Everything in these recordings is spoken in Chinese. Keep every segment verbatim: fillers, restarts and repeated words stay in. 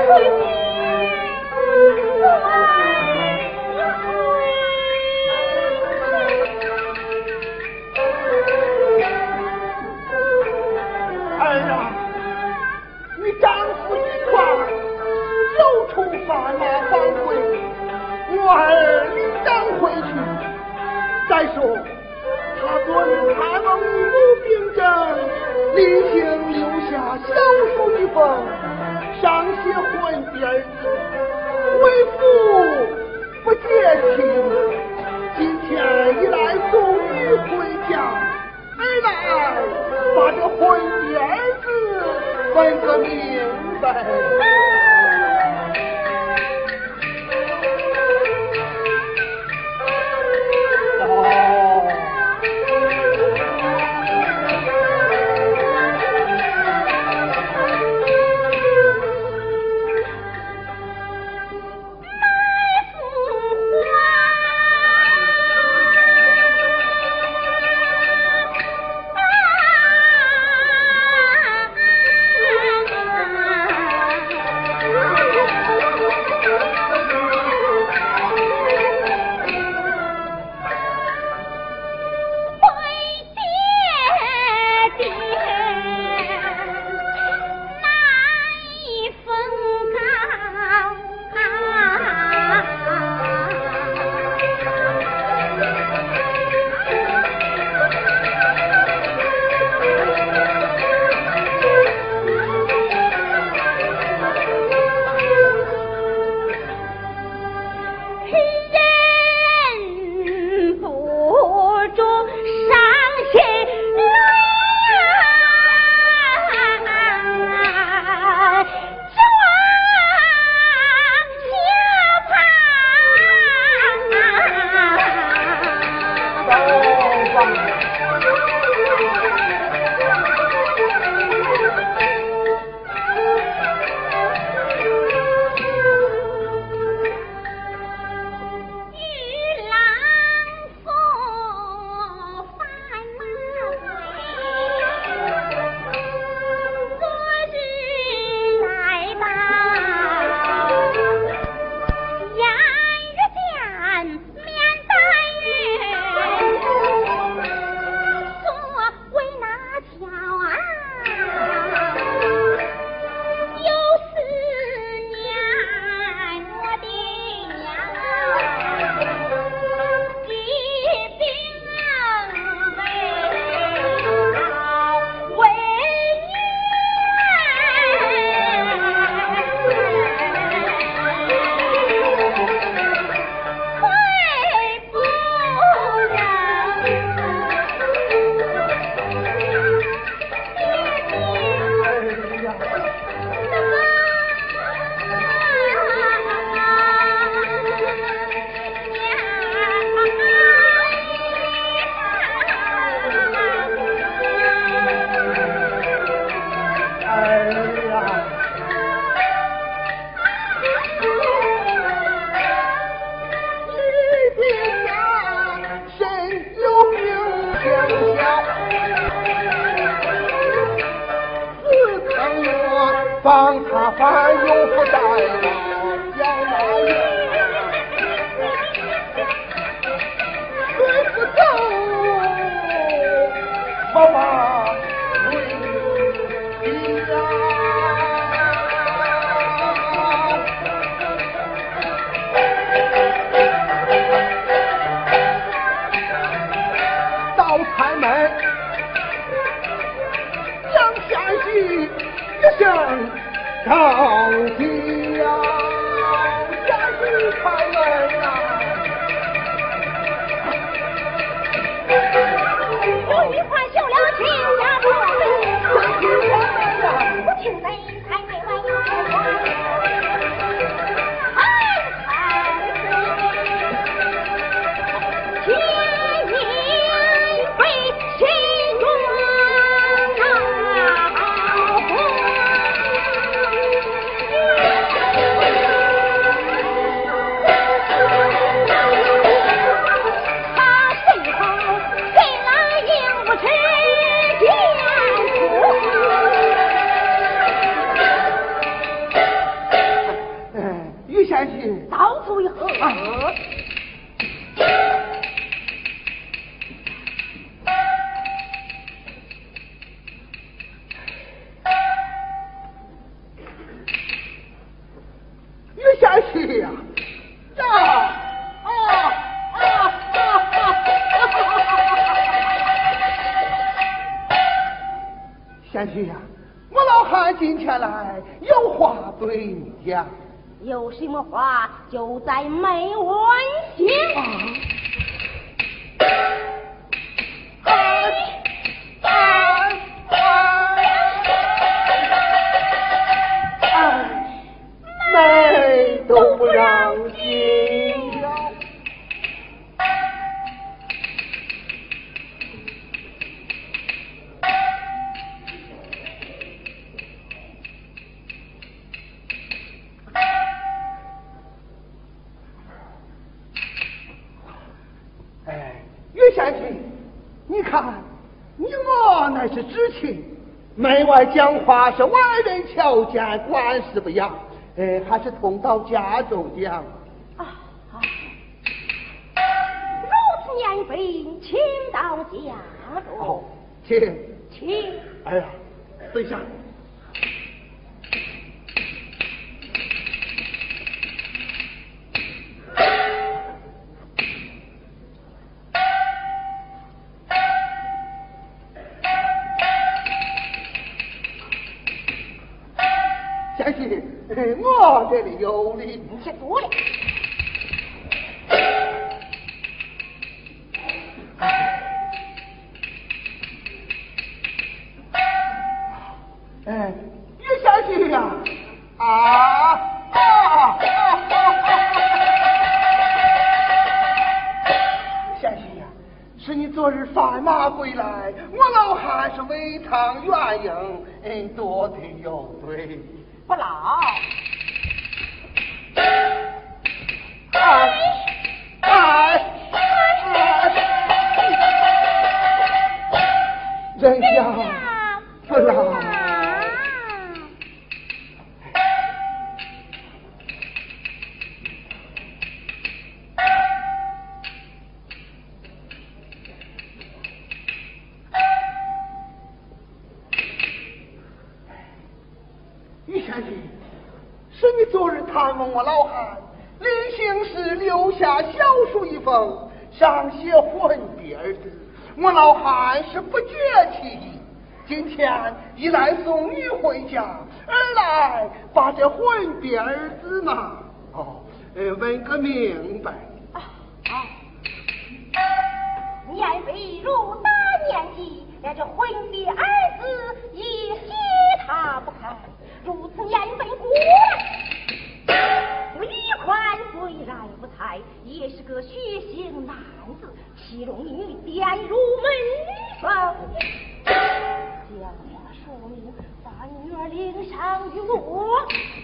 帮他反有福带了小马云，对不走，妈妈为你呀。到开门，杨下去一声高兴呀，下去开门呐。 有一块绣了情。 贤婿， 到此为何？ 啊于贤婿呀，这啊啊啊啊！贤婿呀，我老汉今天来有话对你讲。 有什么话就在门外歇。 啊！哎哎哎哎！门都不让进了。哎，于贤婿，你看，你我乃是知情，门外讲话是外人瞧见，官事不扬，哎，还是通到家中讲。 啊啊！如此年辈，请到家中。 哦，请请。 哎呀，跪下。贤婿，我这里有礼， 你先多了。 哎，于贤婿呀，啊啊啊！贤婿呀，是你昨日贩马归来，我老汉是为趟原应，嗯，多得有罪。 不劳。 哎哎哎！人家不劳。于贤婿，是你昨日探望我老汉，临行时留下小书一封，上写婚别二字，我老汉是不觉其意。今天一来送你回家，二来把这婚别二字嘛，哦，呃，问个明白。 啊啊！年辈如大年纪，连这婚别二字也写他不开。如此年份过来，李宽虽然不才，也是个血性男子，岂容你点入门房？将话说明，把女儿领上于我。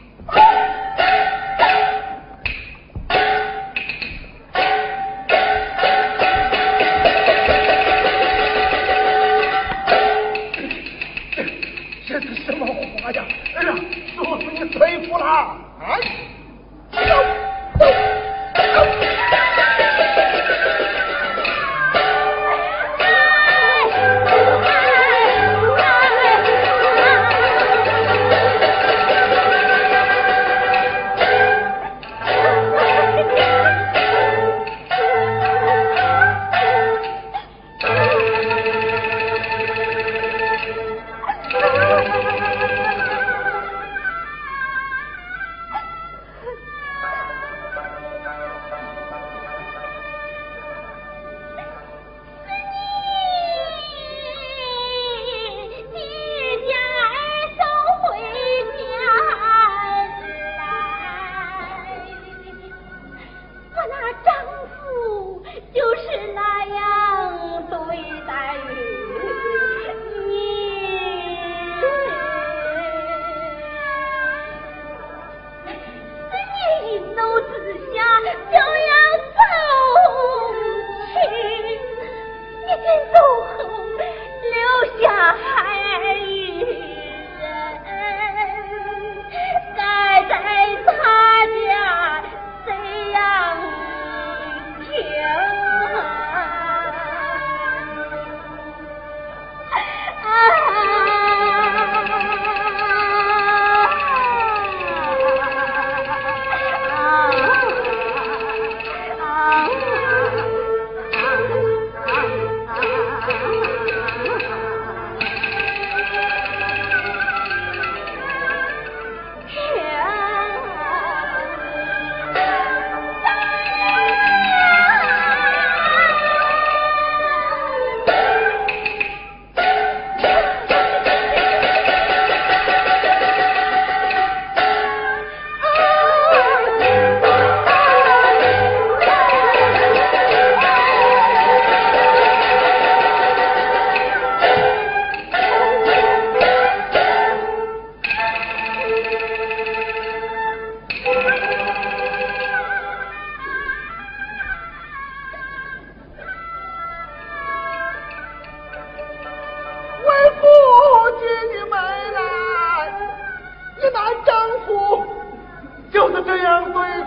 这是什么话呀？哎呀，说出你催服了！哎，走走走！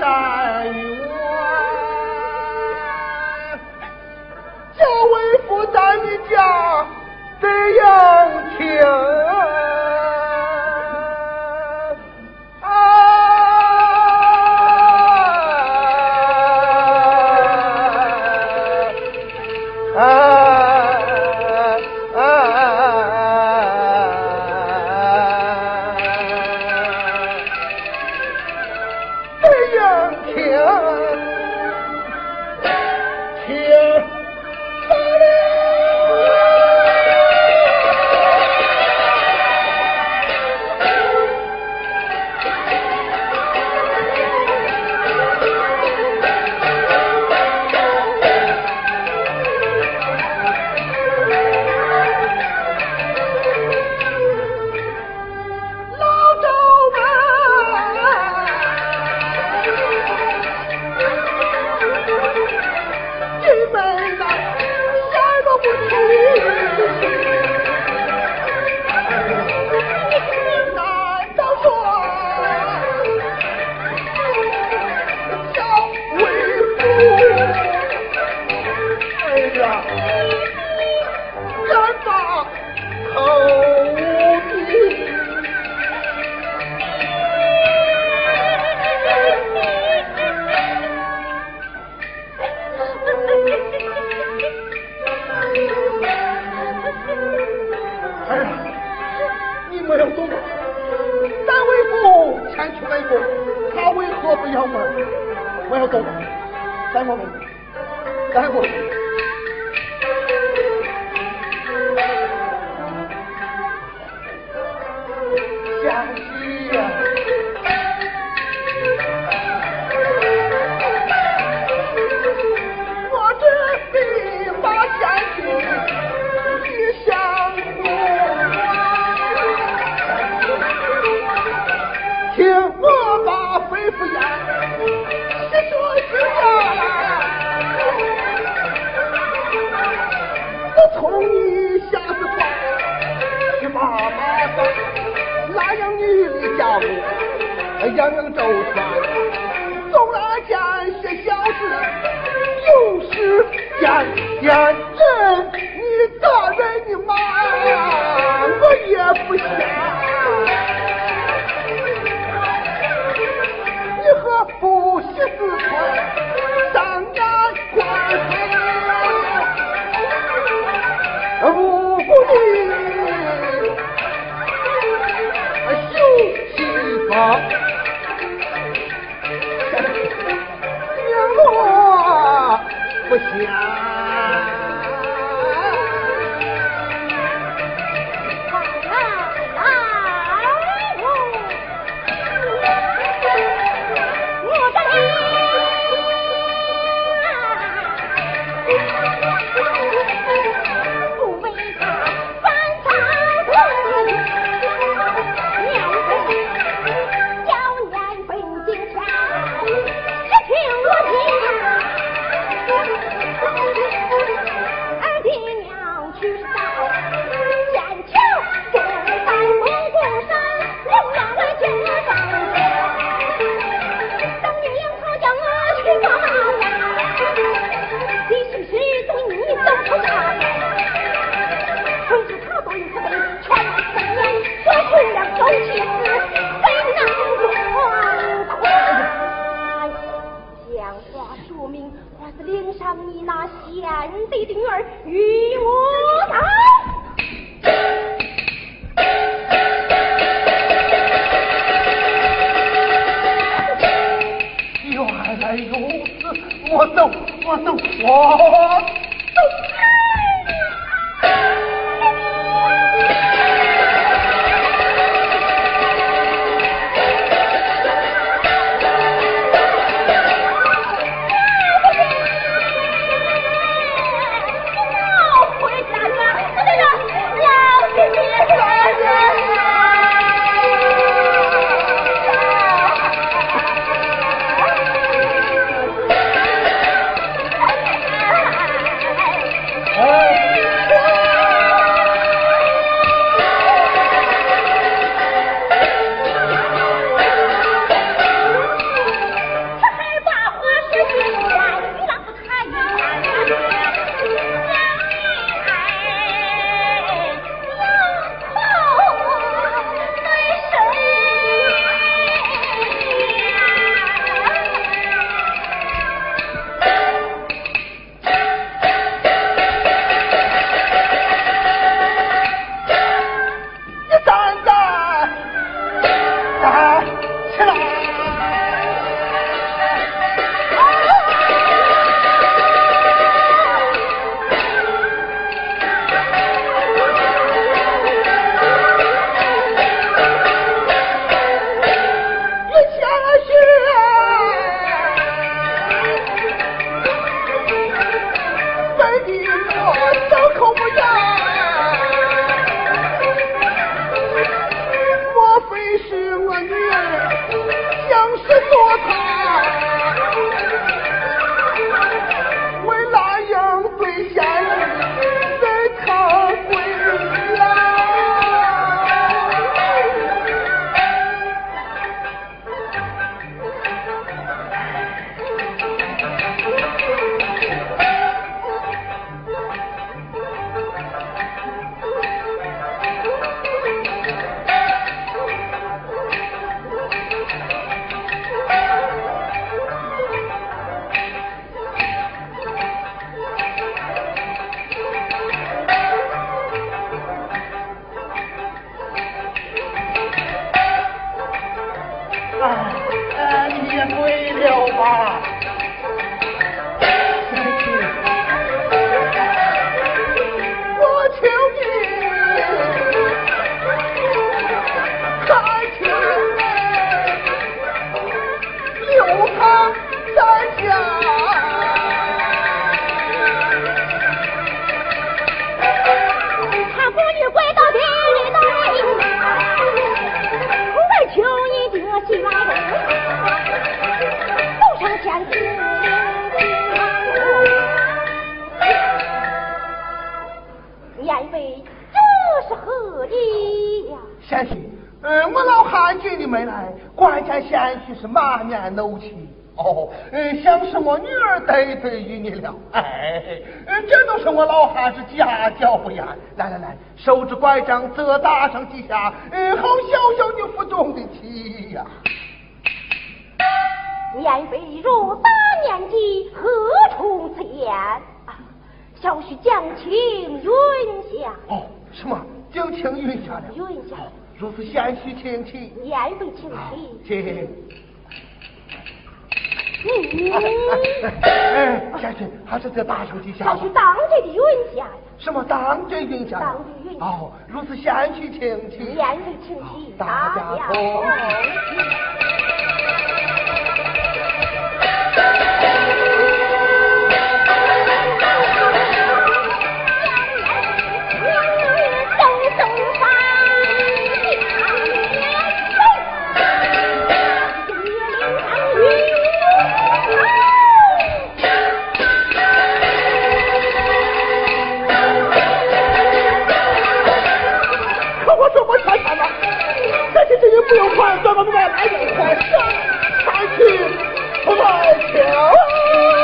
在我，叫为父在你家得应情。样样周全，纵然见些小事，有时见见人，你大人你妈，我也不想。你何不惜自存，当年官非，无辜的休西方。不想， 我的天！不为他翻草屯，娘子要年分金钱，只听我听。二爹娘去到剑桥，坐在蒙古山，龙阳来见我上当年杨桃将我去打你是谁对你都不差回去他对此辈全三年，所困两手妻子非能光快将话说明，或是领上你那贤弟的女儿与我来。 原来如此，我走，我走，我走。 哎也对了吧？我求你开清留他在家。 他不女跪到地里头，我儿求你得进来走上前去。燕飞，这是何意呀？ 贤婿，呃，我老汉见你没来，关键贤婿是满面怒气。哦，嗯，想是我女儿得罪于你了，哎，嗯，这都是我老汉是家教不严。来来来，手指拐杖，责打上几下，嗯，好消消你腹中的气呀。 燕飞如大年纪，何出此言啊？小婿将情允下。 哦，什么将情允下了？ 允下。 如此贤婿请起。 燕飞请起。 请。 嗯， 哎，贤婿还是再打上几下。 小婿当着的允下呀。 什么当着允下？ 当着允下。 哦，如此贤婿请起。 燕飞请起。 大家同。不用管，咱们外来人快上，开去不来瞧。